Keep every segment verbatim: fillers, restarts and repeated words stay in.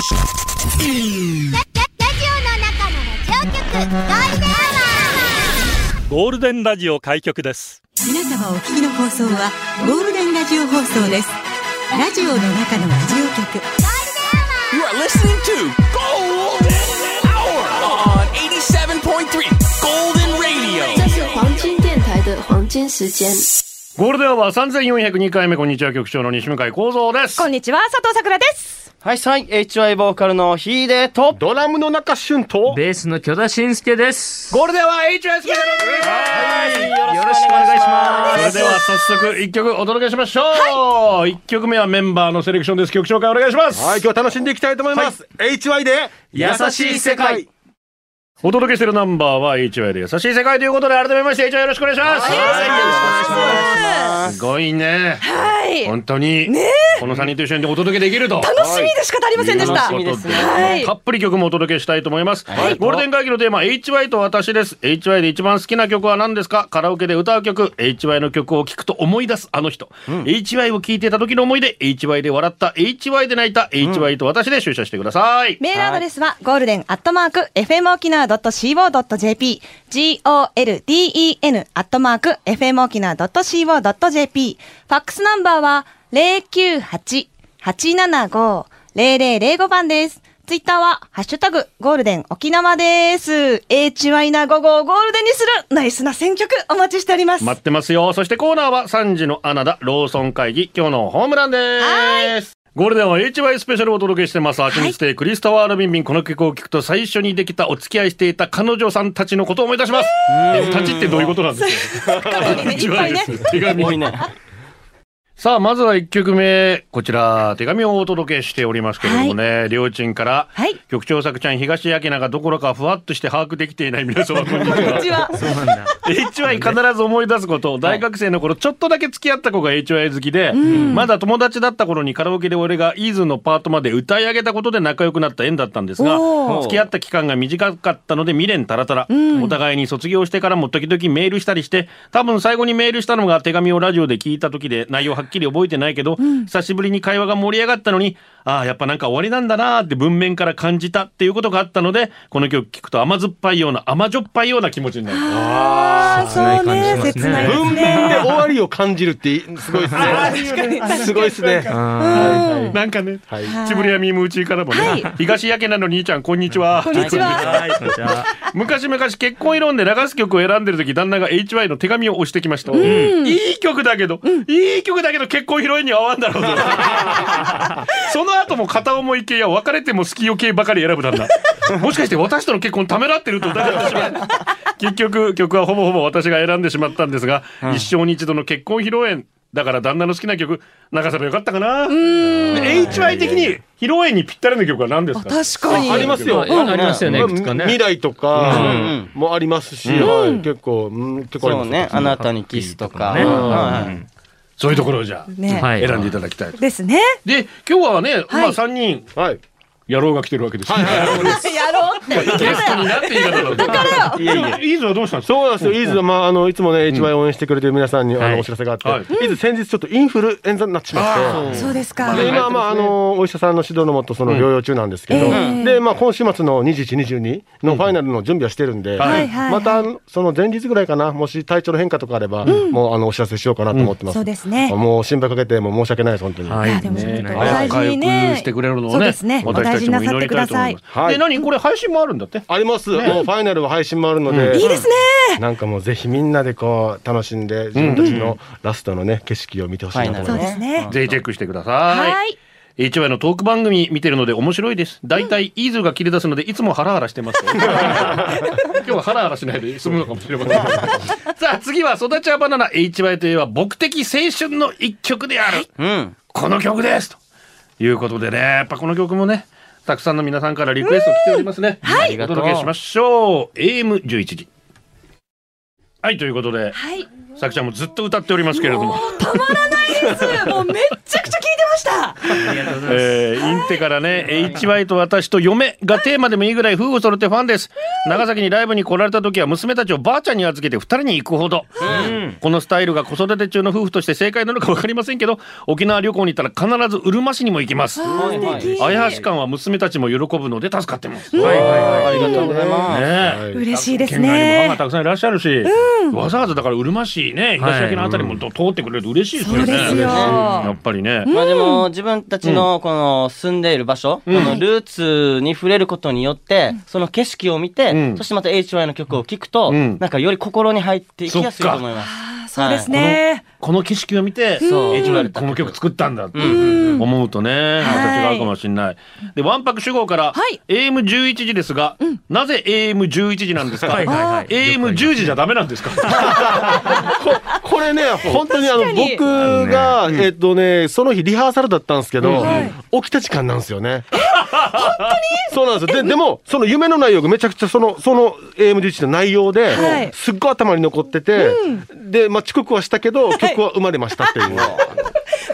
ゴールデンラジオ開局です。 皆様お聞きの放送はゴールデンラジオ放送です。ラジオの中のラジオ局 You are listening to Golden Hour on eighty-seven point three Golden Radio。 这是黄金電台的黄金時間。 ゴールデンアワーさんぜんよんひゃくにかいめ。こんにちは、局長の西向井光三です。 こんにちは、佐藤さくらです。 はい、さんい エイチワイ ボーカルのヒーデーとドラムの中俊とベースの巨田慎介です。 ゴールデンアワー エイチワイ スペシャル。 はい、よろしくお願いします。 それでは早速いっきょくお届けしましょう、はい、いっきょくめはメンバーのセレクションです。曲紹介お願いします。 はい、今日楽しんでいきたいと思います、はい、エイチワイ で優しい世界。 お届けしているナンバーは エイチワイ で優しい世界ということで、改めまして エイチワイ よろしくお願いします。 はい、よろしくお願いします。 すごいね、はい、本当に、ね、このさんにんと一緒にお届けできると楽しみでしかありませんでした。 楽しみですね、はい、たっぷり曲もお届けしたいと思います、はい、ゴールデン会議のテーマ エイチワイ と私です。 エイチワイ で一番好きな曲は何ですか？カラオケで歌う曲、 エイチワイ の曲を聴くと思い出すあの人、うん、エイチワイ を聴いていた時の思い出、 エイチワイ で笑った、 エイチワイ で泣いた、 エイチワイ と私で出社してください、うん、 メールアドレスはゴールデンアットマーク エフエム 沖縄 ドット シーオー ドット ジェーピー ゴールデン アットマーク エフエム 沖縄 ドット シーオー ドット ジェーピー。 ファックスナンバーは ゼロきゅうはち はちななご ゼロゼロゼロご 番です。ツイッターはハッシュタグゴールデン沖縄です。 エイチワイ な午後をゴールデンにするナイスな選曲お待ちしております。 待ってますよ。そしてコーナーはさんじのアナダローソン会議、今日のホームランです。ゴールデンは エイチワイ スペシャルをお届けしてます。秋にステイクリスタワールビンビン。この曲を聴くと最初にできたお付き合いしていた彼女さんたちのことを思い出します。えたちってどういうことなんですか？ 過去にね、いっぱいね、 手紙多いね。さあまずはいっきょくめ、こちら手紙をお届けしておりますけれどもね、はい、りょうちんから、はい、局長作ちゃん東明菜がどころかふわっとして把握できていない皆様こんにちは。こんにちは。そうなんだ。エイチワイ 必ず思い出すこと、大学生の頃ちょっとだけ付き合った子が エイチワイ 好きで、うん、まだ友達だった頃にカラオケで俺がイーズのパートまで歌い上げたことで仲良くなった縁だったんですが、付き合った期間が短かったので未練たらたら、うん、お互いに卒業してからも時々メールしたりして、多分最後にメールしたのが手紙をラジオで聞いた時で内容はっきり覚えてないけど、うん、久しぶりに会話が盛り上がったのに、ああやっぱなんか終わりなんだなって文面から感じたっていうことがあったので、この曲聴くと甘酸っぱいような甘じょっぱいような気持ちになる。 ああ、そうね、切ないですね。 文面で終わりを感じるってすごいですね。すごいですね。 なんかね、はい、チブリアミームうちからもね、はい、東焼けなの兄ちゃんこんにちは。 こんにちは。 昔々結婚論で流す曲を選んでる時、旦那が エイチワイ の手紙を押してきました、うん、いい曲だけど、うん、いい曲だけど結婚披露宴には合わんだろうと。その後も片思い系や別れても好きよ系ばかり選ぶ旦那。もしかして私との結婚ためらってると疑ってしまう。結局曲はほぼほぼ私が選んでしまったんですが、うん、一生に一度の結婚披露宴だから旦那の好きな曲流せばよかったかな。うーん、 エイチワイ 的に披露宴にぴったりの曲は何ですか？ 確かにあ, ありますよ、 うん、ありますよね、 まあ、未来とか、うん、もありますし、うんはい、結構、うん、結構あります。 そうね、あなたにキスとか、ね、 うんはい、そういうところをじゃあ、ね、選んでいただきたいですね。 で今日はね、はいまあ、さんにん、 はい野郎が来てるわけですよ。 野郎ってゲストになって言い方だろう。だからよ。いやいやイーズはどうしたんですか？ そうなんですよ。イーズはまああのいつもね エイチワイ 応援してくれてる皆さんにあのお知らせがあって、イーズ先日ちょっとインフルエンザになってしまって、 そうですか。 で今まああのお医者さんの指導のもとその療養中なんですけど、でまあ今週末のにじゅういち、にじゅうにのファイナルの準備はしてるんで、またその前日ぐらいかな、もし体調の変化とかあればもうあのお知らせしようかなと思ってます。 そうですね。 もう心配かけても申し訳ないです本当に。 はい。でも早く回復してくれるのをね、私たちも祈りたいと。はい、で何これ配信もあるんだって？ あります、ね、もうファイナルは配信もあるので、 うん、いいですね。 なんかもうぜひみんなでこう楽しんで自分たちのラストのね景色を見てほしいなと思います、 そうですね。 ぜひチェックしてください。はい。エイチワイ のトーク番組見てるので面白いです。だいたいイーズが切り出すのでいつもハラハラしてます今日はハラハラしないで済むのかもしれませんさあ次は育ちはバナナ。 エイチワイ といえば僕的青春の一曲である、うん、この曲ですということでね、やっぱこの曲もねたくさんの皆さんからリクエスト来ておりますね、うん、はい、お届けしましょう。 エーエムじゅういち 時はいということで、はい、さくちゃんもずっと歌っておりますけれども、 もうたまらないですもうめっちゃくちゃ聞いてまししたえー、インテからね エイチワイ と私と嫁がテーマでもいいぐらい夫婦揃ってファンです。長崎にライブに来られた時は娘たちをばあちゃんに預けてふたりに行くほど、うん、このスタイルが子育て中の夫婦として正解なのか分かりませんけど、沖縄旅行に行ったら必ずうるま市にも行きます。綾橋館は娘たちも喜ぶので助かってます。 はいはいはい、ありがとうございます、ね、 はい、嬉しいですね。 県外にもファンがたくさんいらっしゃるし、うん、わざわざだからうるま市ね、東焼のあたりも通ってくれると嬉しいですよね。そうですよ、やっぱりね、 まあでも自分たちのこの住んでいる場所、うん、このルーツに触れることによって、うん、その景色を見て、うん、そしてまた エイチワイ の曲を聴くと、うん、なんかより心に入っていきやすいと思います。 そうですね、 はい、この、この景色を見て エイチワイ この曲作ったんだって思うとね、また違うかもしれない。でわんぱく主語から、はい、エーエムじゅういち 時ですが、うん、なぜ エーエムじゅういち 時なんですか。はいはいはい、エーエムじゅう 時じゃダメなんですか。 こ, これね本当にあの僕が、ね、えっとねその日リハーサルだったんですけど、うんはい、起きた時間なんですよね。 本当にそうなんですよ。で, でもその夢の内容がめちゃくちゃそのその エーエムじゅういち の内容で、はい、すっごい頭に残ってて、うん、でまあ遅刻はしたけど曲は生まれましたっていう、はい、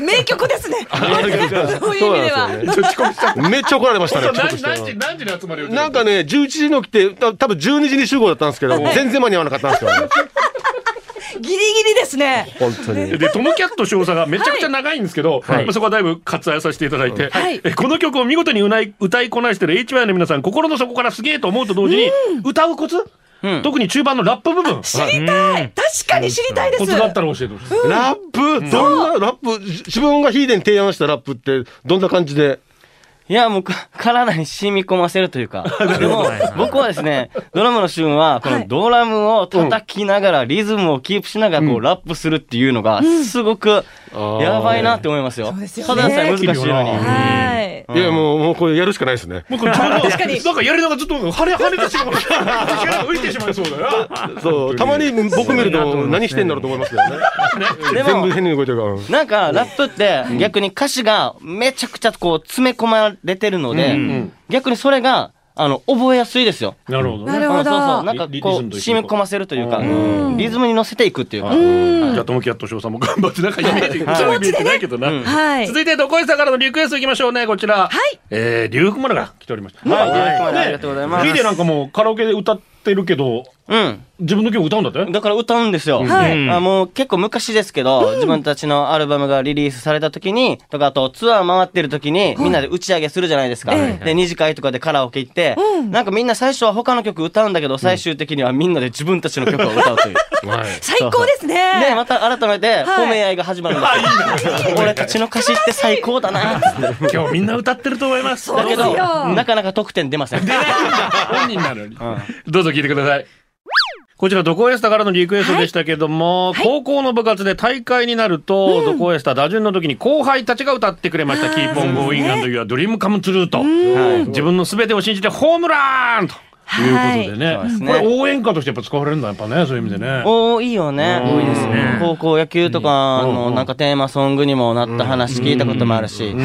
名曲ですね。そういう意味ではめっちゃ怒られましたね。 何時何時に集まるよ。 なんかねじゅういちじに起きてた多分じゅうにじに集合だったんですけど全然間に合わなかったんですよね。 ギリギリですね。 本当に。 でトムキャット少佐がめちゃくちゃ長いんですけど、はい、そこはだいぶ割愛させていただいて、はい、この曲を見事に歌い、歌いこなしてる エイチワイ の皆さん心の底からすげえと思うと同時に、うん、歌うコツ、うん、特に中盤のラップ部分知りたい、うん、確かに知りたいです。 コツがあったら教えてほしい、 うん、ラップどんなラップ、自分がヒーデに提案したラップってどんな感じで。 いやもう体に染み込ませるというかでも僕はですねドラムの旬はこのドラムを叩きながらリズムをキープしながらこうラップするっていうのがすごくやばいなって思いますよ。ただでさえ難しいのに。 いやもうもうこれやるしかないですね。 僕ちょうどなんかやりながらずっと跳ね跳ねてしまう。浮いてしまいそうだよ。 そうたまに僕見ると何してんだろうと思いますよね。全部変に動いてるから。 なんかラップって逆に歌詞がめちゃくちゃこう詰め込まれてるので、うん、逆にそれがあの覚えやすいですよ。 なるほどね。 なるほど。 そうそうなんかこう染み込ませるというか、うん、リズムに乗せていくっていうか。 うん、じゃあトムキャット少佐も頑張ってなんかイメージ気持ちでないけどな。はい、続いてどこいさからのリクエストいきましょうね。こちら。はい。えー、リュウクマラが来ておりました。 はい。はい、ありがとうございます。 ヒデなんかもうカラオケで歌ってるけど。うん、自分の曲歌うんだって。 だから歌うんですよ、はい、あもう結構昔ですけど、うん、自分たちのアルバムがリリースされた時にとかあとツアー回ってる時に、はい、みんなで打ち上げするじゃないですか、はい、で二次会とかでカラオケ行って、うん、なんかみんな最初は他の曲歌うんだけど、うん、最終的にはみんなで自分たちの曲を歌うという、 はい、最高ですね。 でまた改めて褒め合いが始まるんですよ、はい、俺たちの歌詞って最高だな今日みんな歌ってると思います。 だけどなかなか得点出ません。 本人なのに、うん、どうぞ聞いてください。こちらドコエスタからのリクエストでしたけども、はい、高校の部活で大会になると、うん、ドコエスタ打順の時に後輩たちが歌ってくれました。キーポンゴーインアンドユアドリームカムトゥルーと、はい、自分の全てを信じてホームランということでね、はい、これ応援歌としてやっぱ使われるんだやっぱね、そういう意味でね。 おいいよね。多いですね。高校野球とかのなんかテーマソングにもなった話聞いたこともあるし、うん、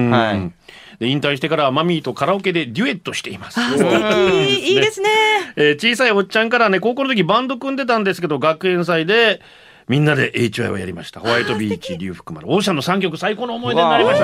はい。 で引退してからはマミーとカラオケでデュエットしています。 素敵いいですね、 えー、小さいおっちゃんからね高校の時バンド組んでたんですけど、学園祭でみんなで エイチワイ をやりました。ホワイトビーチ、リュウフクマル、オーシャンのさんきょく最高の思い出になりました。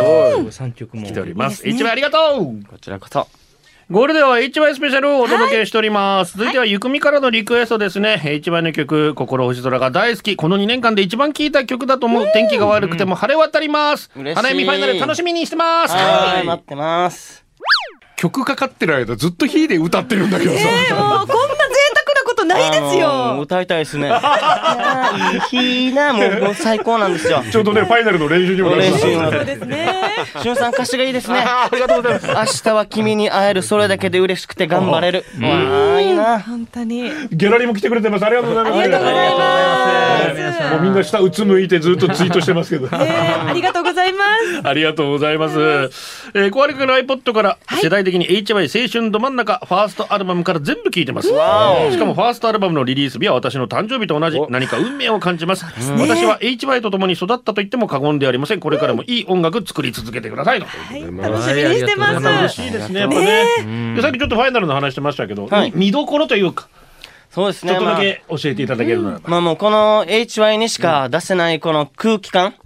さんきょくも来ております。 エイチワイ ありがとう。 こちらこそ。 ゴールデンは エイチワイ スペシャルをお届けしております、はい、続いてはゆくみからのリクエストですね、はい、エイチワイ の曲心星空が大好き、このにねんかんで一番聴いた曲だと思う、天気が悪くても晴れ渡ります。花見ファイナル楽しみにしてます。 はい、待ってます。 曲かかってる間ずっとヒーで歌ってるんだけどさ、 えー、もうこんな贅沢なことないですよ。 歌いたいですね。いやいい日な、もう、もう最高なんですよ。 ちょうどねファイナルの練習にもなります。 そうですね。 しゅんさん歌詞がいいですね。 ありがとうございます。 明日は君に会える、それだけで嬉しくて頑張れる。わあいいな。 本当に。 ギャラリーも来てくれてます。ありがとうございます。 ありがとうございます。 もうみんな下うつむいてずっとツイートしてますけど。 えー、ありがとうございます。 ありがとうございます。えー、小割くんの iPod から、はい、世代的に エイチワイ 青春ど真ん中ファーストアルバムから全部聴いてます。しかもファーストアルバムのリリース日は私の誕生日と同じ、何か運命を感じます。私は エイチワイ と共に育ったと言っても過言ではありません。これからもいい音楽作り続けてくださいと。 はい、楽しみにしてます。 嬉しいですね。やっぱね。でさっきちょっとファイナルの話してましたけど、はい、見どころというか。 そうですね。 ちょっとだけ教えていただけるならば、 まあ、まあもうこの エイチワイ にしか出せないこの空気感、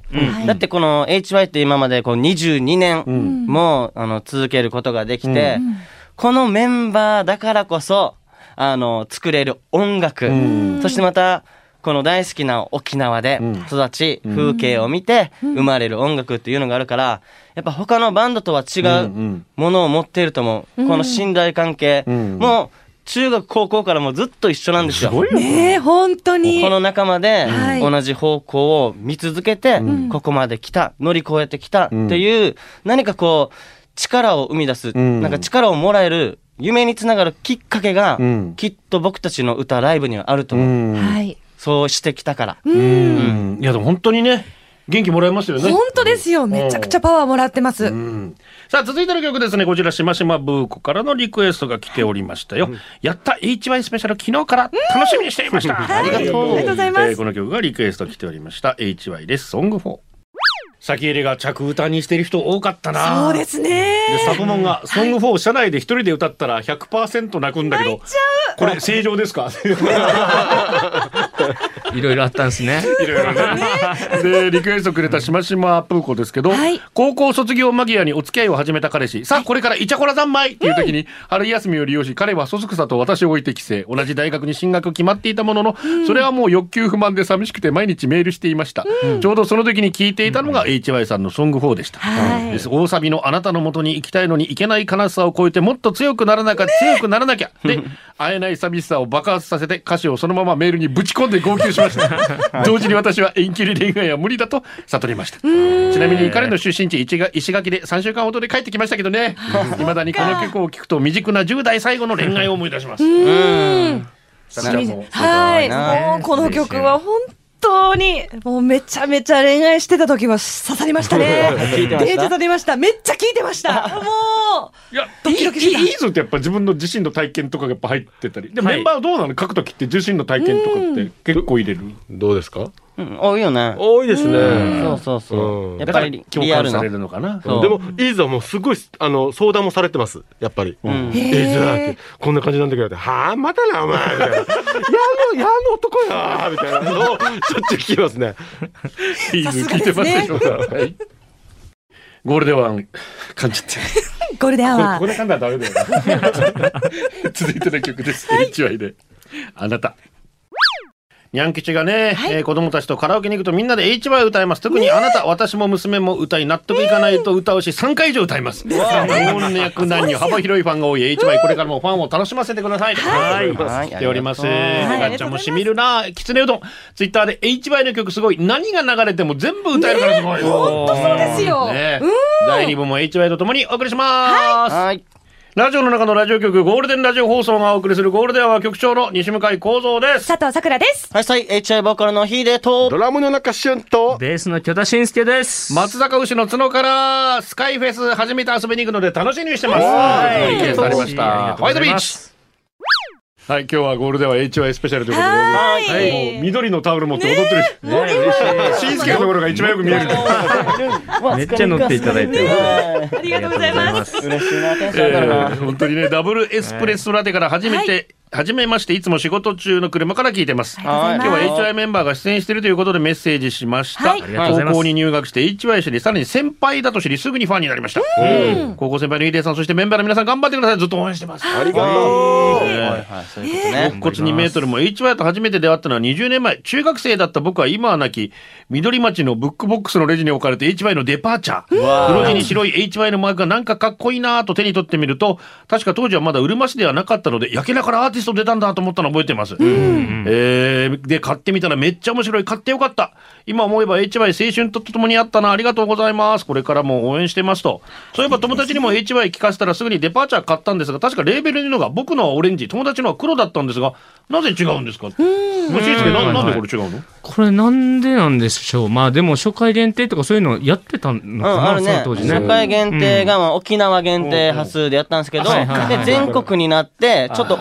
うん、だってこの エイチワイ って今までこうにじゅうにねんも、うん、あの続けることができて、うん、このメンバーだからこそあの作れる音楽、うん、そしてまたこの大好きな沖縄で育ち、うん、風景を見て生まれる音楽っていうのがあるから、やっぱ他のバンドとは違うものを持っていると思う、うん、この信頼関係、うん、もう中学高校からもずっと一緒なんですよ。 すごいよね、本当にこの仲間で同じ方向を見続けてここまで来た、乗り越えてきたっていう、何かこう力を生み出す、なんか力をもらえる夢につながるきっかけが、きっと僕たちの歌ライブにはあると思う、はい、そうしてきたから。 うん、うん、いやでも本当にね元気もらえますよね。 本当ですよ、めちゃくちゃパワーもらってます、うん、 さあ続いての曲ですね。こちらしましまブーコからのリクエストが来ておりましたよ、うん、やった エイチワイ スペシャル昨日から楽しみにしていました、うん、ありがとう、はい、ありがとうございます、えー、この曲がリクエスト来ておりました エイチワイ です。ソングフォー。先入れが着歌にしてる人多かったな。 そうですね。 でサブモンがソングフォー社内で一人で歌ったら ひゃくパーセント 泣くんだけど、これ正常ですか？ いろいろあったんですね。 いろいろね。でリクエストくれたしましまプーコですけど、はい、高校卒業間際にお付き合いを始めた彼氏、さあこれからイチャコラ三昧っていう時に、うん、春休みを利用し彼はそそくさと私を置いて帰省。同じ大学に進学決まっていたものの、うん、それはもう欲求不満で寂しくて毎日メールしていました、うん、ちょうどその時に聞いていたのが エイチワイ さんのソングフォーでした、はい、です大サビのあなたの元に行きたいのに行けない悲しさを超えてもっと強くならなきゃ、ね、強くならなきゃで会えない寂しさを爆発させて歌詞をそのままメールにぶち込んで号泣しました同時に私は遠距離恋愛は無理だと悟りました。ちなみに彼の出身地石垣でさんしゅうかんほどで帰ってきましたけどね未だにこの曲を聴くと未熟なじゅう代最後の恋愛を思い出します。うんはい、もうこの曲は本当にもうめちゃめちゃ恋愛してた時は刺さりましたね。聞いてました。データされました。めっちゃ聞いてました。もういやドキドキした。いいぞってやっぱ自分の自身の体験とかがやっぱ入ってたりで、はい、メンバーはどうなの？書く時って自身の体験とかって結構入れる？ どうですか？ うん、多いよね。 多いですね。 そうそうそう。うん、やっぱり共感されるのかな。 でもいいぞもうすごいあの相談もされてます。やっぱり。うん、えー、ってこんな感じなんだけど、はあまたなお前みたいな。やのやの男やみたいなのをしょっちゅう聞きますね。 いいぞ聞いてますでしょうか。はい。ゴールデンワン噛んじゃって。 ゴールデンアワー。 ここで噛んだらダメだよ。続いての曲です。エイチワイ であなた。にゃん吉がね、はい、えー、子供たちとカラオケに行くとみんなで エイチワイ を歌います。特にあなた、私も娘も歌い納得いかないと歌うしさんかい以上歌います。老若男女幅広いファンが多い エイチワイ、これからもファンを楽しませてください。はい、はい、しております。ガッチャもしみるな。きつねうどんツイッターで エイチワイ の曲すごい、何が流れても全部歌えるからすごい。 本当そうですよ、 ね、だいに部も エイチワイ とともにお送りします。はい、ラジオの中のラジオ局ゴールデンラジオ放送がお送りするゴールデンは局長の西向井光三です。 佐藤さくらです。 はい、はい、エイチワイ ボーカルのヒデとドラムの中俊とベースの巨田慎介です。 松坂牛の角からスカイフェス初めて遊びに行くので楽しみにしてます。はい、決定されました。ホワイトビーチ。はい、今日はゴールデンは エイチワイ スペシャルということで、はい、はい、もう緑のタオル持って踊ってるし、ね、しんすけのところが一番よく見える。 めっちゃ乗っていただいてありがとうございます。 嬉しいな、テンション上がるな、 えー、本当にね、ダブルエスプレッソラテから初めて、はい、初めまして、いつも仕事中の車から聞いてます。はい、今日は エイチワイ メンバーが出演しているということでメッセージしました。はい、高校に入学して エイチワイ 知り、さらに先輩だと知りすぐにファンになりました。うん、高校先輩のヒデさん、そしてメンバーの皆さん頑張ってください。ずっと応援してます。 ありがとう。 肋骨にメートルも エイチワイ と初めて出会ったのはにじゅうねんまえ。中学生だった僕は今はなき緑町のブックボックスのレジに置かれて エイチワイ のデパーチャー、黒地に白い エイチワイ のマークがなんかかっこいいなと手に取ってみると、確か当時はまだうるま市ではなかったので、焼けながらアーティスト出たんだと思ったの覚えてます。うん、えー、で買ってみたらめっちゃ面白い。買ってよかった。今思えば エイチワイ 青春とともにあったな。ありがとうございます。これからも応援してますと。そういえば友達にも エイチワイ 聞かせたらすぐにデパーチャー買ったんですが、確かレーベルのが僕のはオレンジ、友達のは黒だったんですが、なぜ違うんですか。うん、もうしんすけ、な、なんでこれ違うの。 これなんでなんでしょう。まあでも初回限定とかそういうのやってたのかな、うん、あるね、当時ね。 初回限定がまあ沖縄限定多数でやったんですけど、うん、で全国になってちょっと帯が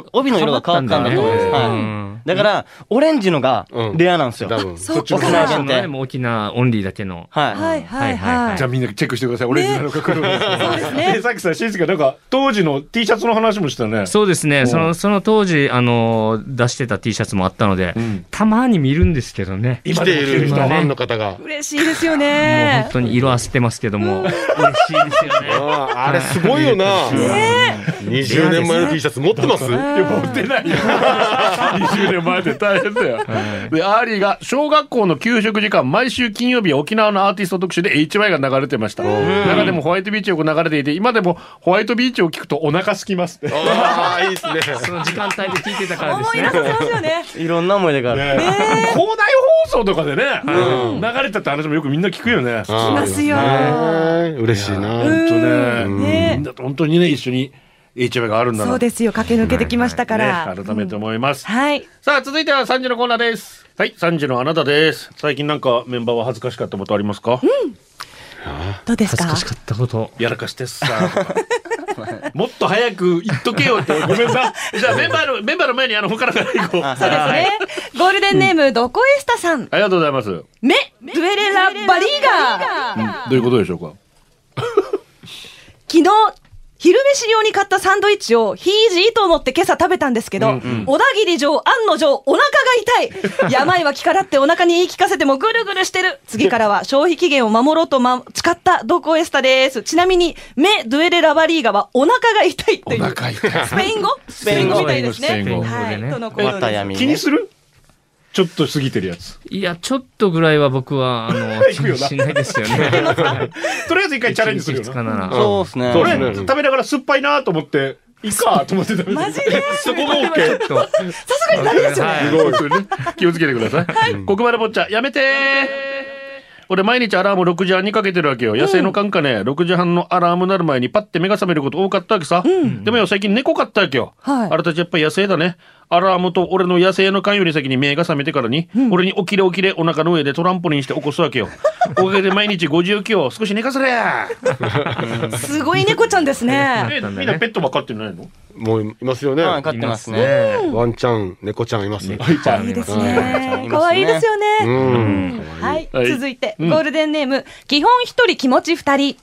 帯の色が変わったんだと思います。はい。だからオレンジのがレアなんですよ。 そっち沖縄限定。もう沖縄オンリーだけの。 はいはいはいはい。 じゃあみんなチェックしてください。オレンジなのか黒なのか。そうですね。さっきさしんすけなんか当時の T シャツの話もしたね。 そうですね。そのその当時あの出してた T シャツもあったので、たまに見るんですけどね。 今でいるファンの方が嬉しいですよね。 もう本当に色あせてますけども嬉しいですよね。 あれすごいよな。にじゅうねんまえの T シャツ持ってます？いや持ってないよ。にじゅうねんまえで大変だよ。でアーリーが小学校の給食時間毎週金曜日沖縄のアーティスト特集で エイチワイ が流れてました。中でもホワイトビーチを流れていて今でもホワイトビーチを聞くとお腹空きます。 ああいいですね。 その時間帯で聞いてたからですね。 思い出させますよね。 いろんな思い出がある。 校内放送とかでね流れたって話もよくみんな聞くよね。 聞きますよ。 嬉しいな。 本当ね。みんなと本当にね一緒にエイチワイ があるんだな。 そうですよ。駆け抜けてきましたから。 改めて思います。 はい。 さあ続いてはさんじのコーナーです。はい、さんじのあなたです。最近なんかメンバーは恥ずかしかったことありますか？ うん。どうですか？ 恥ずかしかったこと。 やらかしてさ。もっと早く言っとけよってごめんな。じゃあメンバーのメンバーの前にあの他から行こう。 そうですね。ゴールデンネームどこエスタさん。 ありがとうございます。 メドゥエレラバリーガー。どういうことでしょうか。 昨日昼飯用に買ったサンドイッチをひいじいと思って今朝食べたんですけど、うんうん、小田切城案の定お腹が痛い。病は気からってお腹に言い聞かせてもぐるぐるしてる。次からは消費期限を守ろうと、ま、誓ったドコエスタです。ちなみにメドゥエレラバリーガはお腹が痛いというお腹痛いスペイン語スペイン語みたいですね。はい。とのことです。 気にする？ちょっと過ぎてるやつ。 いやちょっとぐらいは僕はあの気にしないですよね。 とりあえず一回チャレンジするよな。 そうですね。 これ食べながら酸っぱいなと思っていいかと思って食べて。 マジで？ そこも OK。 さすがにダメですよね。 気をつけてください。ここまでぼっちゃやめて。俺毎日アラームろくじはんにかけてるわけよ。野生の勘かね、ろくじはんのアラームなる前にパッて目が覚めること多かったわけさ。でもよ最近猫飼ったわけよ。あれたちやっぱり野生だね。アラームと俺の野生の勘より先に目が覚めてからに、俺に起きれ起きれお腹の上でトランポリンして起こすわけよ。おかげで毎日ごじゅうきを少し寝かせれや。 すごい猫ちゃんですね。 えみんなペットは飼ってないの？ もういますよね。 飼ってますね。 ワンちゃん、猫ちゃんいます。いいですね。可愛いですよね。はい。続いてゴールデンネーム基本一人気持ち二人。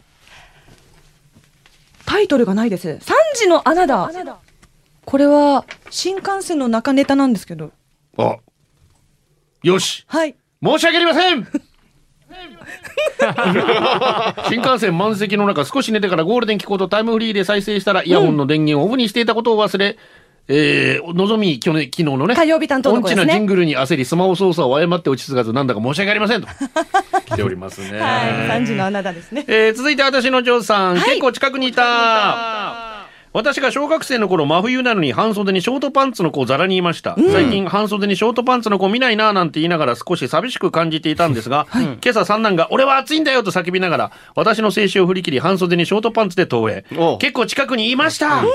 タイトルがないです。三時の穴だ。これは新幹線の中ネタなんですけど。 あ、よし。 はい。 申し訳ありません。新幹線満席の中少し寝てからゴールデン聞こうとタイムフリーで再生したらイヤホンの電源をオフにしていたことを忘れ、えー、のぞみ去年昨日のね火曜日担当の子ですね。 音痴なジングルに焦りスマホ操作を誤って落ち着かずなんだか申し訳ありませんと来ておりますね。 はい、三時の穴だですね。 えー、続いて私の嬢さん、はい、結構近くにいた。私が小学生の頃真冬なのに半袖にショートパンツの子をざらにいました、うん、最近半袖にショートパンツの子見ないななんて言いながら少し寂しく感じていたんですが、はい、今朝三男が俺は暑いんだよと叫びながら私の静止を振り切り半袖にショートパンツで投影。結構近くにいました、うん、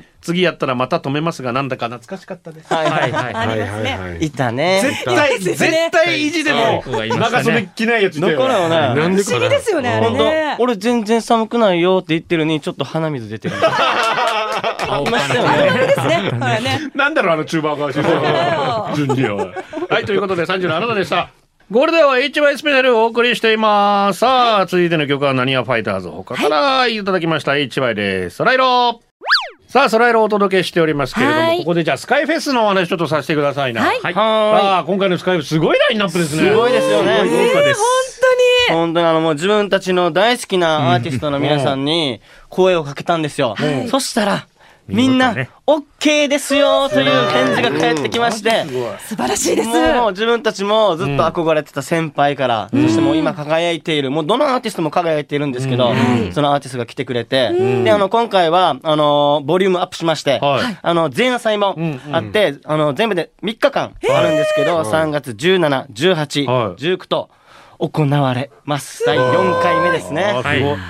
次やったらまた止めますがなんだか懐かしかったです。 はいはいはいはいはい。いたね。 絶対絶対意地でも長袖着ないやついたよ。 残るよね。 なんで不思議ですよねあれね。 俺全然寒くないよって言ってるにちょっと鼻水出てる。 いましたよね。ですね。はいね。 なんだろうあのチューバーが順には。はいということでさんじのあなたでした。ゴールデンは エイチワイ スペシャルをお送りしています。さあ続いての曲はなにわファイターズ他からいただきました、はい、エイチワイ です。ソライロさあソライロをお届けしておりますけれども、ここでじゃあスカイフェスのお話ちょっとさせてくださいな。はい。はい、さあ今回のスカイフェスすごいラインナップですね。 すごいですよね。 豪華です。えー、本当に本当にあのもう自分たちの大好きなアーティストの皆さんに声をかけたんですよ。うん、そしたらみんな OK ですよという返事が返ってきまして、 素晴らしいです。 もう自分たちもずっと憧れてた先輩から、うん、そしてもう今輝いている、もうどのアーティストも輝いているんですけど、うん、そのアーティストが来てくれて、うん、であの今回はあのボリュームアップしまして、はい、あの前夜祭もあって、うん、あの全部でみっかかんあるんですけど、はい、さんがつじゅうしち、じゅうはち、じゅうくと行われます。だいよんかいめですね。 はい。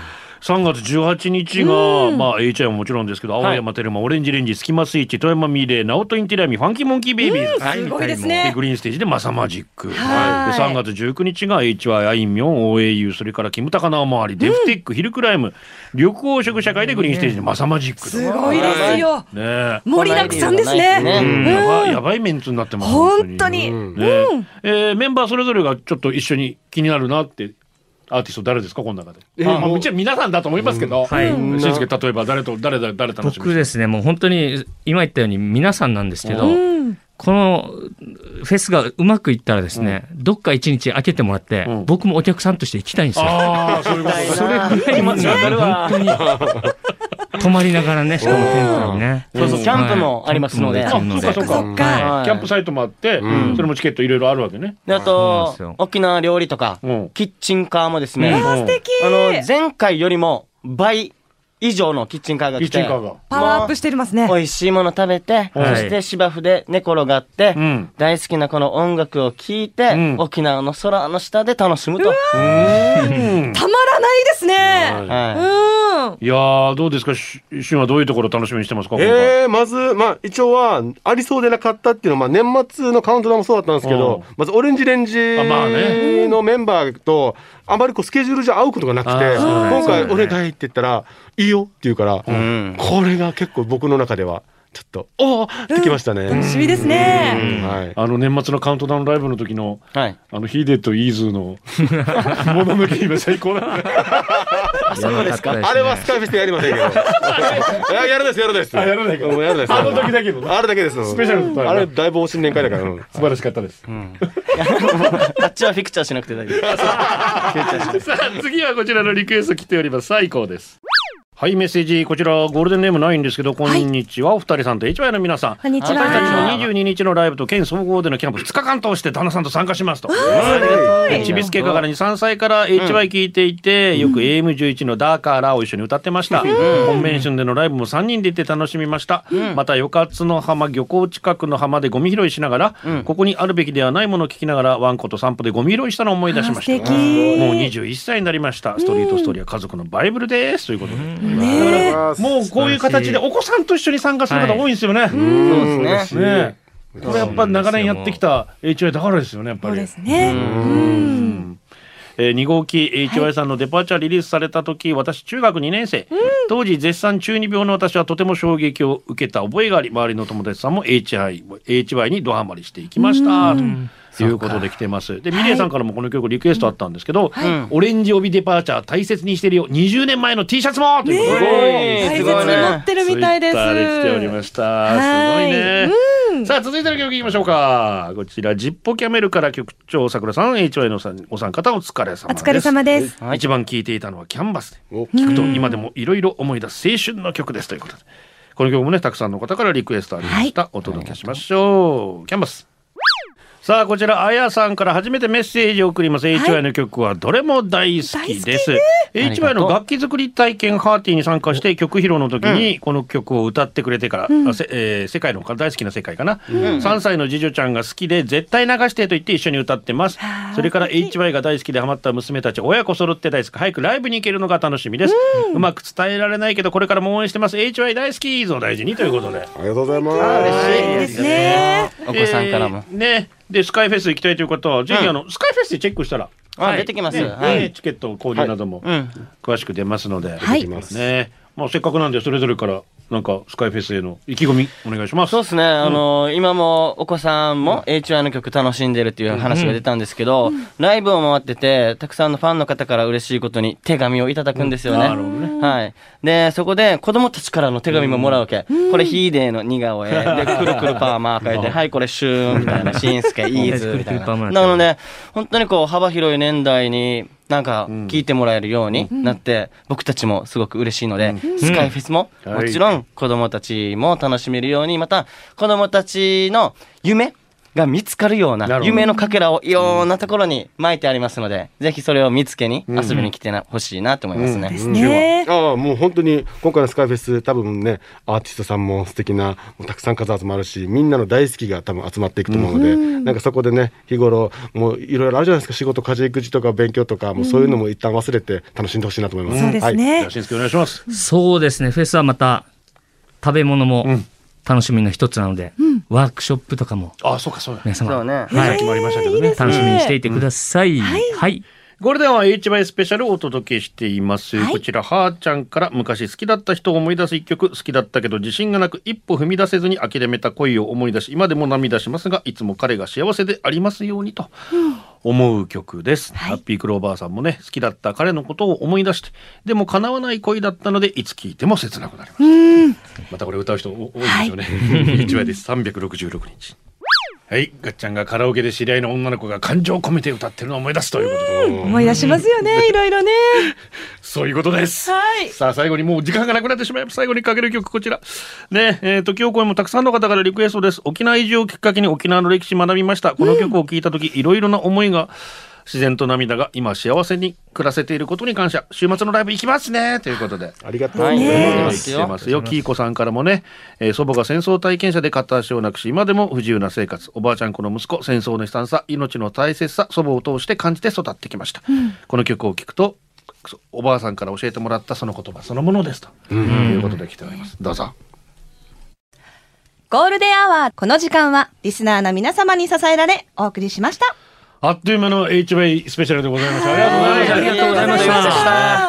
さんがつじゅうはちにちが、まあ エイチアイ ももちろんですけど、青山テルマ、オレンジレンジ、スキマスイッチ、富山ミレー、ナオトインティラミ、ファンキーモンキーベイビーズ、 すごいですね。 でグリーンステージでマサマジック、はい、でさんがつじゅうくにちが エイチワイ あいみょん、オーエーユー、それからキムタカナオマワリ、デフテック、ヒルクライム、緑黄色社会でグリーンステージでマサマジック、 すごいですよ、 ね、 盛りだくさんですね、 うんやばい、やばいメンツになってます本当に、 ねえー、メンバーそれぞれがちょっと一緒に気になるなってアーティスト誰ですかこの中で。えー、まあ、もちろん皆さんだと思いますけど、はい、しんすけ例えば誰と誰誰誰楽しみですか。 僕ですね、もう本当に今言ったように皆さんなんですけど、このフェスがうまくいったらですね、うん、どっか一日空けてもらって、うん、僕もお客さんとして行きたいんですよ。 ああ、そういうこと。 それぐらいみんな本当に泊まりながらね、しかもテントにね。 そうそう、キャンプもありますので。 あ、そうかそうか。はい。キャンプサイトもあって、それもチケットいろいろあるわけね。 で、あと沖縄料理とかキッチンカーもですね。 素敵。 あの前回よりも倍以上のキッチンカーが来て、 パワーアップしてますね。 美味しいもの食べて、そして芝生で寝転がって、大好きなこの音楽を聴いて、沖縄の空の下で楽しむと。 たまらないですね。 いやー、どうですか、しゅんはどういうところ楽しみにしてますか。 えー、まず、まあ、一応はありそうでなかったっていうのは、まあ、年末のカウントダウンもそうだったんですけど、まずオレンジレンジのメンバーとあまりこうスケジュールじゃ合うことがなくて、今回俺がいいって言ったらいいよって言うから、これが結構僕の中ではちょっとおーってきましたね。 楽しみですね。 はい。あの年末のカウントダウンライブの時の、はい、あのヒデとイーズーのもののけ今最高だね。 あ、そうですか。 あれはスカイフェスでやりませんけど。やるですやるです。 やらないか。 やるです。 あの時だけど。 あれだけです。 スペシャル。 あれだいぶお新年会だから。 素晴らしかったです。 あっちはフィクチャーしなくて大丈夫。 さあ次はこちらのリクエスト来ております。最高です。はい、メッセージ、こちらゴールデンネームないんですけど、こんにちは、はい、お二人さんと エイチワイ の皆さん、 こんにちは。 私たちのにじゅうににちのライブと県総合でのキャンプふつかかん通して旦那さんと参加しますと。ちびすけかからにさんさいから エイチワイ 聞いていて、うん、よく エーエムじゅういち のダーカーラーを一緒に歌ってました、うん、コンベンションでのライブもさんにんで行って楽しみました、うん、またよかつの浜漁港近くの浜でゴミ拾いしながら、うん、ここにあるべきではないものを聞きながらワンコと散歩でゴミ拾いしたのを思い出しました。もうにじゅういっさいになりました。ストリートストーリーは家族のバイブルですということで、うんね、もうこういう形でお子さんと一緒に参加する方多いんですよね。はい、 そうですね。 ね、これやっぱ長年やってきた エイチワイ だからですよね、やっぱり。 そうですね。うん。 えー、に号機 エイチワイ さんのデパーチャーリリースされた時、はい、私中学にねん生、うん、当時絶賛中二病の私はとても衝撃を受けた覚えがあり、周りの友達さんも エイチワイ エイチワイ にドハマりしていきましたということで来てます。でミレイさんからもこの曲リクエストあったんですけど、はい、オレンジ帯デパーチャー大切にしてるよにじゅうねんまえの T シャツもということで、 ね、大切に持ってるみたいです。 ツイッターで来ておりました。すごいね。さあ続いての曲いきましょうか。こちらジッポキャメルから局長さくらさん エイチワイ のお三方お疲れ様です。 お疲れ様です。 一番聴いていたのはキャンバスで、聴くと今でもいろいろ思い出す青春の曲ですということで、この曲もねたくさんの方からリクエストありました、はい、お届けしましょう。キャンバス。さあこちらあやさんから初めてメッセージを送ります、はい、エイチワイ の曲はどれも大好きです。 エイチワイ の楽器作り体験パーティーに参加して曲披露の時にこの曲を歌ってくれてから、うんえー、世界の大好きな世界かな、うん、さんさいの次女ちゃんが好きで絶対流してと言って一緒に歌ってます。それから エイチワイ が大好きでハマった娘たち親子揃って大好き、早くライブに行けるのが楽しみです、うん、うまく伝えられないけどこれからも応援してます。 エイチワイ 大好きぞ大事にということで、 ありがとうございます。 嬉しいですね。 お子さんからも、 えー、ねでスカイフェス行きたいという方はぜひあの、うん、スカイフェスでチェックしたらあ、はい、出てきます、 ねはい、 チケット購入なども詳しく出ますので、 はい、 ね、まあ、せっかくなんでそれぞれからなんかスカイフェスへの意気込みお願いします。 そうですね、うん、あのー、今もお子さんも エイチワイ の曲楽しんでるっていう話が出たんですけど、うん、ライブを回っててたくさんのファンの方から嬉しいことに手紙をいただくんですよね、うんね、はい、でそこで子供たちからの手紙ももらうわけ、うん、これヒーデーの似顔絵でくるくるパーマー書いてはいこれシューンみたいなしんすけイーズみたいななので本当にこう幅広い年代になんか聞いてもらえるようになって、うん、僕たちもすごく嬉しいので、うん、スカイフェスも、もちろん子供たちも楽しめるように、また子供たちの夢が見つかるような夢のかけらをいろんなところに巻いてありますので、ぜひそれを見つけに遊びに来てほしいなと思いますね。 ですね。ああ、もう本当に今回のスカイフェス、多分ねアーティストさんも素敵なもうたくさん数集まるし、みんなの大好きが多分集まっていくと思うので、うん、なんかそこでね日頃もういろいろあるじゃないですか、仕事家事育児とか勉強とか、もうそういうのも一旦忘れて楽しんでほしいなと思います。 そうですね。 はい、しんすけお願いします。 そうですね。フェスはまた食べ物も楽しみの一つなので、うん、ワークショップとかも、 あ、そうかそう皆様、 そうね、 はい、 決まりましたけどね、 楽しみにしていてください。うん、はい。はい、 ゴールデンは エイチワイ スペシャルをお届けしています、はい、こちらはーちゃんから昔好きだった人を思い出す一曲、好きだったけど自信がなく一歩踏み出せずに諦めた恋を思い出し、今でも涙しますがいつも彼が幸せでありますようにと思う曲です、うん、ハッピークローバーさんもね、好きだった彼のことを思い出して、でも叶わない恋だったのでいつ聴いても切なくなりました。またこれ歌う人多いですよね、はい、エイチワイ です。さんびゃくろくじゅうろくにち。はい、ガッちゃんがカラオケで知り合いの女の子が感情を込めて歌ってるのを思い出すということで、 思い出しますよね、いろいろね。 そういうことです、 はい、 さあ最後にもう時間がなくなってしまいます。最後にかける曲こちらね、えーと今日声もたくさんの方からリクエストです。沖縄移住をきっかけに沖縄の歴史学びました。この曲を聴いた時、いろいろな思いが自然と涙が、今幸せに暮らせていることに感謝、週末のライブ行きますねということで、 ありがとうございます。 来てますよ。キーコさんからもね、えー、祖母が戦争体験者で片足をなくし、今でも不自由な生活、おばあちゃん子の息子、戦争の悲惨さ、命の大切さ、祖母を通して感じて育ってきました、うん、この曲を聴くとおばあさんから教えてもらったその言葉そのものですと、うん、いうことで来ております。どうぞ。 ゴールデンアワー、この時間はリスナーの皆様に支えられお送りしました。 あっという間の エイチワイ スペシャルでございました。ありがとうございました。 ありがとうございました。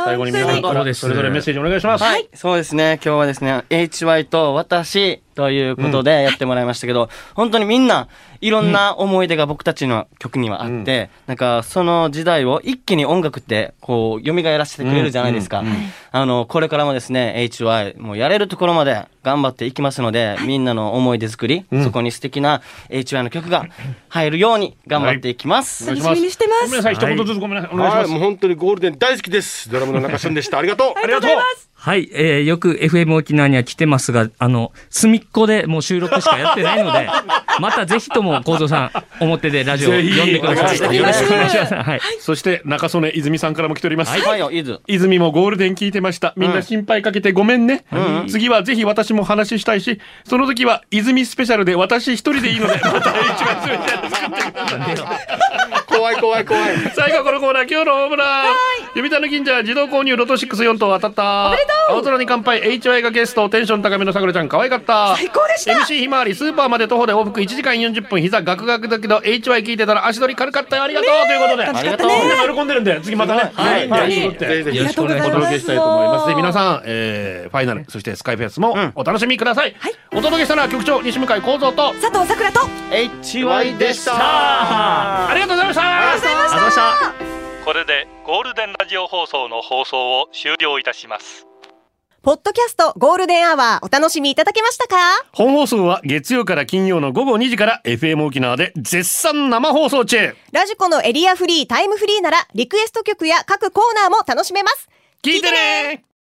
最後に皆さんからそれぞれメッセージお願いします。 はい、そうですね。今日はですね、エイチワイ と私ということでやってもらいましたけど、うん、本当にみんないろんな思い出が僕たちの曲にはあって、うん、なんかその時代を一気に音楽ってこう蘇らせてくれるじゃないですか、うんうんうん、あのこれからもですね エイチワイ もうやれるところまで頑張っていきますので、みんなの思い出作り、うん、そこに素敵な エイチワイ の曲が入るように頑張っていきます、 はい、楽しみにしてます。 ごめんなさい、一言ずつごめんなさい、お願いします。 はい、もう本当にゴールデン大好きです。ドラムの中旬でした。ありがとう。 ありがとうございます。 はい、えー、よく エフエム 沖縄には来てますが、あの隅っこでもう収録しかやってないのでまたぜひとも幸三さん表でラジオ読んでください。よろしくお願いします、はい、 そして中曽根泉さんからも来ております。 はい、はい、 泉もゴールデン聞いてました。みんな心配かけてごめんね、うん、次はぜひ私も話したいし、その時は泉スペシャルで私一人でいいのでまた一番スペシャル作ってください。 怖い怖い怖い。 最後このコーナー、今日の大村読谷銀座自動購入ロトろくよん等当たった。 おめでとう。 青空に乾杯。 エイチワイ がゲスト、テンション高めのさくらちゃん可愛かった。 最高でした。 エムシー ひまわり、スーパーまで徒歩で往復いちじかんよんじゅっぷん、膝ガクガクだけど エイチワイ 聞いてたら足取り軽かったよ。ありがとう、ね、ということで、 ありがとう。 喜んでるんで次またね、 はい、はい、 よろしくお届けしたいと思います。で皆さん、えー、ファイナルそしてスカイフェスもお楽しみください、うん、はい、お届けしたのは局長西向井幸三と佐藤さくらとエイチワイ でした。 ありがとうございました。 ありがとうございました。 これでゴールデンラジオ放送の放送を終了いたします。 ポッドキャストゴールデンアワーお楽しみいただけましたか？ 本放送は月曜から金曜の午後にじから エフエム 沖縄で絶賛生放送中。 ラジコのエリアフリータイムフリーならリクエスト曲や各コーナーも楽しめます。 聞いてね。